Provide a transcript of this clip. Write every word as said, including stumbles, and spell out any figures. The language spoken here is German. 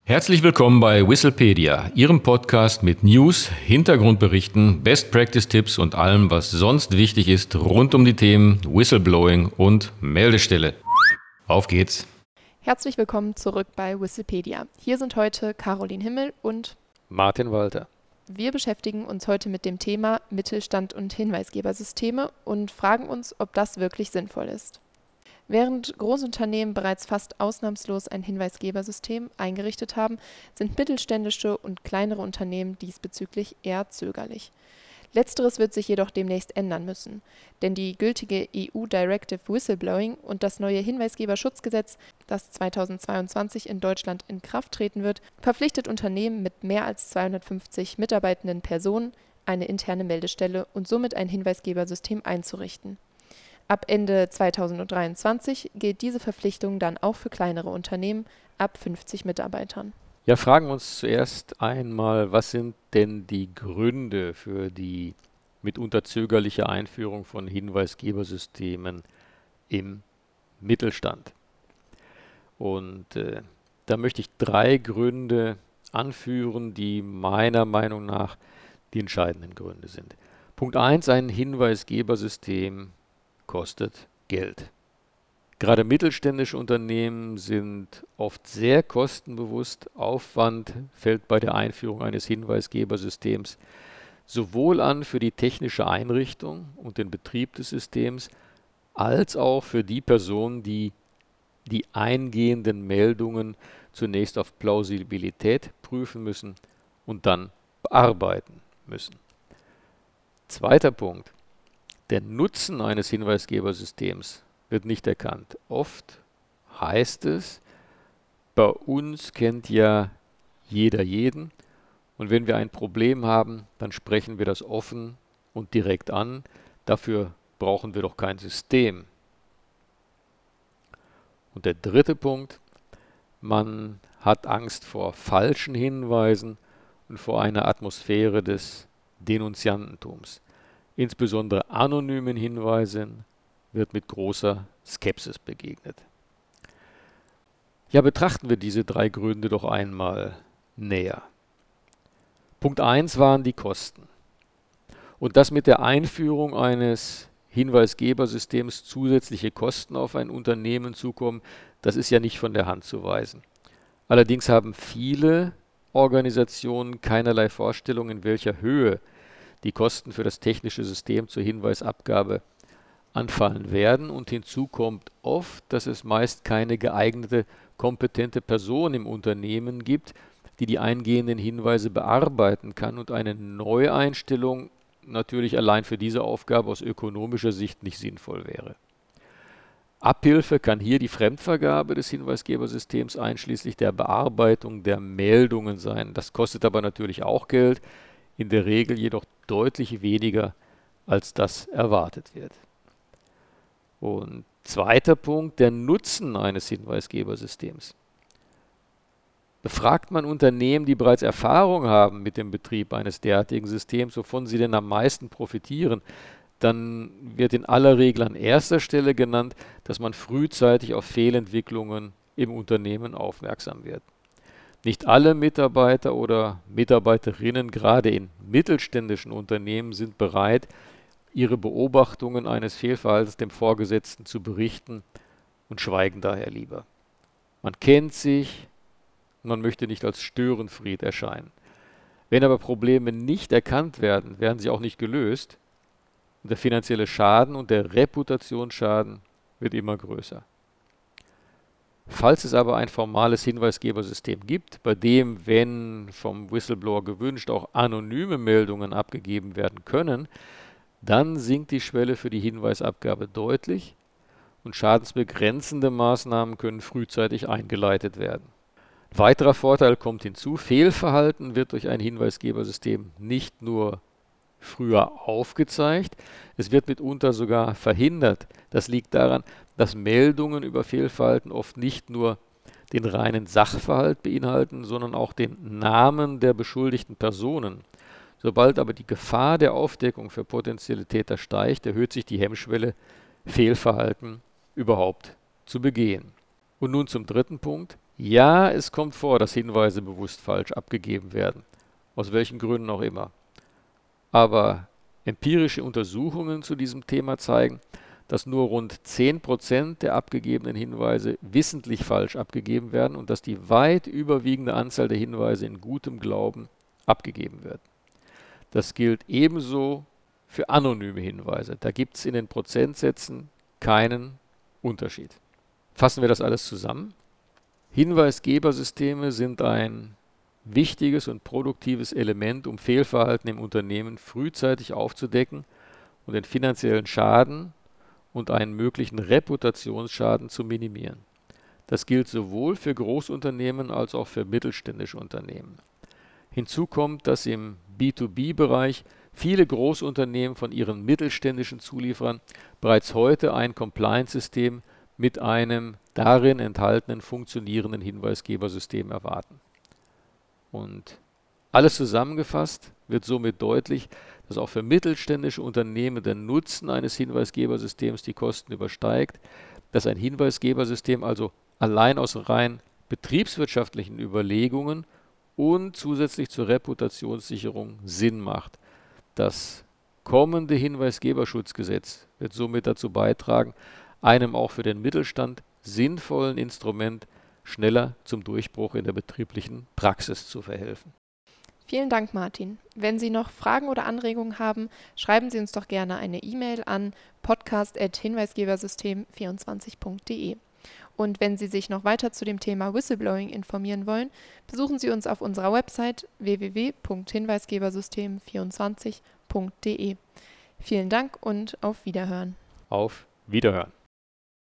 Herzlich willkommen bei Whistlepedia, Ihrem Podcast mit News, Hintergrundberichten, Best-Practice-Tipps und allem, was sonst wichtig ist rund um die Themen Whistleblowing und Meldestelle. Auf geht's! Herzlich willkommen zurück bei Whistlepedia. Hier sind heute Caroline Himmel und Martin Walter. Wir beschäftigen uns heute mit dem Thema Mittelstand und Hinweisgebersysteme und fragen uns, ob das wirklich sinnvoll ist. Während Großunternehmen bereits fast ausnahmslos ein Hinweisgebersystem eingerichtet haben, sind mittelständische und kleinere Unternehmen diesbezüglich eher zögerlich. Letzteres wird sich jedoch demnächst ändern müssen, denn die gültige E U-Directive Whistleblowing und das neue Hinweisgeberschutzgesetz, das zweitausendzweiundzwanzig in Deutschland in Kraft treten wird, verpflichtet Unternehmen mit mehr als zweihundertfünfzig mitarbeitenden Personen, eine interne Meldestelle und somit ein Hinweisgebersystem einzurichten. Ab Ende zweitausenddreiundzwanzig gilt diese Verpflichtung dann auch für kleinere Unternehmen ab fünfzig Mitarbeitern. Ja, fragen wir uns zuerst einmal, was sind denn die Gründe für die mitunter zögerliche Einführung von Hinweisgebersystemen im Mittelstand? Und äh, da möchte ich drei Gründe anführen, die meiner Meinung nach die entscheidenden Gründe sind. Punkt eins, ein Hinweisgebersystem kostet Geld. Gerade mittelständische Unternehmen sind oft sehr kostenbewusst. Aufwand fällt bei der Einführung eines Hinweisgebersystems sowohl an für die technische Einrichtung und den Betrieb des Systems, als auch für die Personen, die die eingehenden Meldungen zunächst auf Plausibilität prüfen müssen und dann bearbeiten müssen. Zweiter Punkt. Der Nutzen eines Hinweisgebersystems wird nicht erkannt. Oft heißt es, bei uns kennt ja jeder jeden und wenn wir ein Problem haben, dann sprechen wir das offen und direkt an. Dafür brauchen wir doch kein System. Und der dritte Punkt, man hat Angst vor falschen Hinweisen und vor einer Atmosphäre des Denunziantentums. Insbesondere anonymen Hinweisen wird mit großer Skepsis begegnet. Ja, betrachten wir diese drei Gründe doch einmal näher. Punkt eins waren die Kosten. Und dass mit der Einführung eines Hinweisgebersystems zusätzliche Kosten auf ein Unternehmen zukommen, das ist ja nicht von der Hand zu weisen. Allerdings haben viele Organisationen keinerlei Vorstellung, in welcher Höhe die Kosten für das technische System zur Hinweisabgabe anfallen werden und hinzu kommt oft, dass es meist keine geeignete, kompetente Person im Unternehmen gibt, die die eingehenden Hinweise bearbeiten kann und eine Neueinstellung natürlich allein für diese Aufgabe aus ökonomischer Sicht nicht sinnvoll wäre. Abhilfe kann hier die Fremdvergabe des Hinweisgebersystems einschließlich der Bearbeitung der Meldungen sein. Das kostet aber natürlich auch Geld, in der Regel jedoch deutlich weniger, als das erwartet wird. Und zweiter Punkt, der Nutzen eines Hinweisgebersystems. Befragt man Unternehmen, die bereits Erfahrung haben mit dem Betrieb eines derartigen Systems, wovon sie denn am meisten profitieren, dann wird in aller Regel an erster Stelle genannt, dass man frühzeitig auf Fehlentwicklungen im Unternehmen aufmerksam wird. Nicht alle Mitarbeiter oder Mitarbeiterinnen, gerade in mittelständischen Unternehmen, sind bereit, ihre Beobachtungen eines Fehlverhaltens dem Vorgesetzten zu berichten und schweigen daher lieber. Man kennt sich, man möchte nicht als Störenfried erscheinen. Wenn aber Probleme nicht erkannt werden, werden sie auch nicht gelöst und der finanzielle Schaden und der Reputationsschaden wird immer größer. Falls es aber ein formales Hinweisgebersystem gibt, bei dem, wenn vom Whistleblower gewünscht, auch anonyme Meldungen abgegeben werden können, dann sinkt die Schwelle für die Hinweisabgabe deutlich und schadensbegrenzende Maßnahmen können frühzeitig eingeleitet werden. Weiterer Vorteil kommt hinzu, Fehlverhalten wird durch ein Hinweisgebersystem nicht nur früher aufgezeigt, es wird mitunter sogar verhindert. Das liegt daran, dass Meldungen über Fehlverhalten oft nicht nur den reinen Sachverhalt beinhalten, sondern auch den Namen der beschuldigten Personen. Sobald aber die Gefahr der Aufdeckung für potenzielle Täter steigt, erhöht sich die Hemmschwelle, Fehlverhalten überhaupt zu begehen. Und nun zum dritten Punkt. Ja, es kommt vor, dass Hinweise bewusst falsch abgegeben werden, aus welchen Gründen auch immer. Aber empirische Untersuchungen zu diesem Thema zeigen, dass nur rund zehn Prozent der abgegebenen Hinweise wissentlich falsch abgegeben werden und dass die weit überwiegende Anzahl der Hinweise in gutem Glauben abgegeben wird. Das gilt ebenso für anonyme Hinweise. Da gibt es in den Prozentsätzen keinen Unterschied. Fassen wir das alles zusammen. Hinweisgebersysteme sind ein wichtiges und produktives Element, um Fehlverhalten im Unternehmen frühzeitig aufzudecken und den finanziellen Schaden und einen möglichen Reputationsschaden zu minimieren. Das gilt sowohl für Großunternehmen als auch für mittelständische Unternehmen. Hinzu kommt, dass im B zwei B-Bereich viele Großunternehmen von ihren mittelständischen Zulieferern bereits heute ein Compliance-System mit einem darin enthaltenen funktionierenden Hinweisgebersystem erwarten. Und alles zusammengefasst wird somit deutlich, dass auch für mittelständische Unternehmen der Nutzen eines Hinweisgebersystems die Kosten übersteigt, dass ein Hinweisgebersystem also allein aus rein betriebswirtschaftlichen Überlegungen und zusätzlich zur Reputationssicherung Sinn macht. Das kommende Hinweisgeberschutzgesetz wird somit dazu beitragen, einem auch für den Mittelstand sinnvollen Instrument schneller zum Durchbruch in der betrieblichen Praxis zu verhelfen. Vielen Dank, Martin. Wenn Sie noch Fragen oder Anregungen haben, schreiben Sie uns doch gerne eine E-Mail an podcast at hinweisgebersystem vierundzwanzig punkt de. Und wenn Sie sich noch weiter zu dem Thema Whistleblowing informieren wollen, besuchen Sie uns auf unserer Website w w w punkt hinweisgebersystem vierundzwanzig punkt de. Vielen Dank und auf Wiederhören. Auf Wiederhören.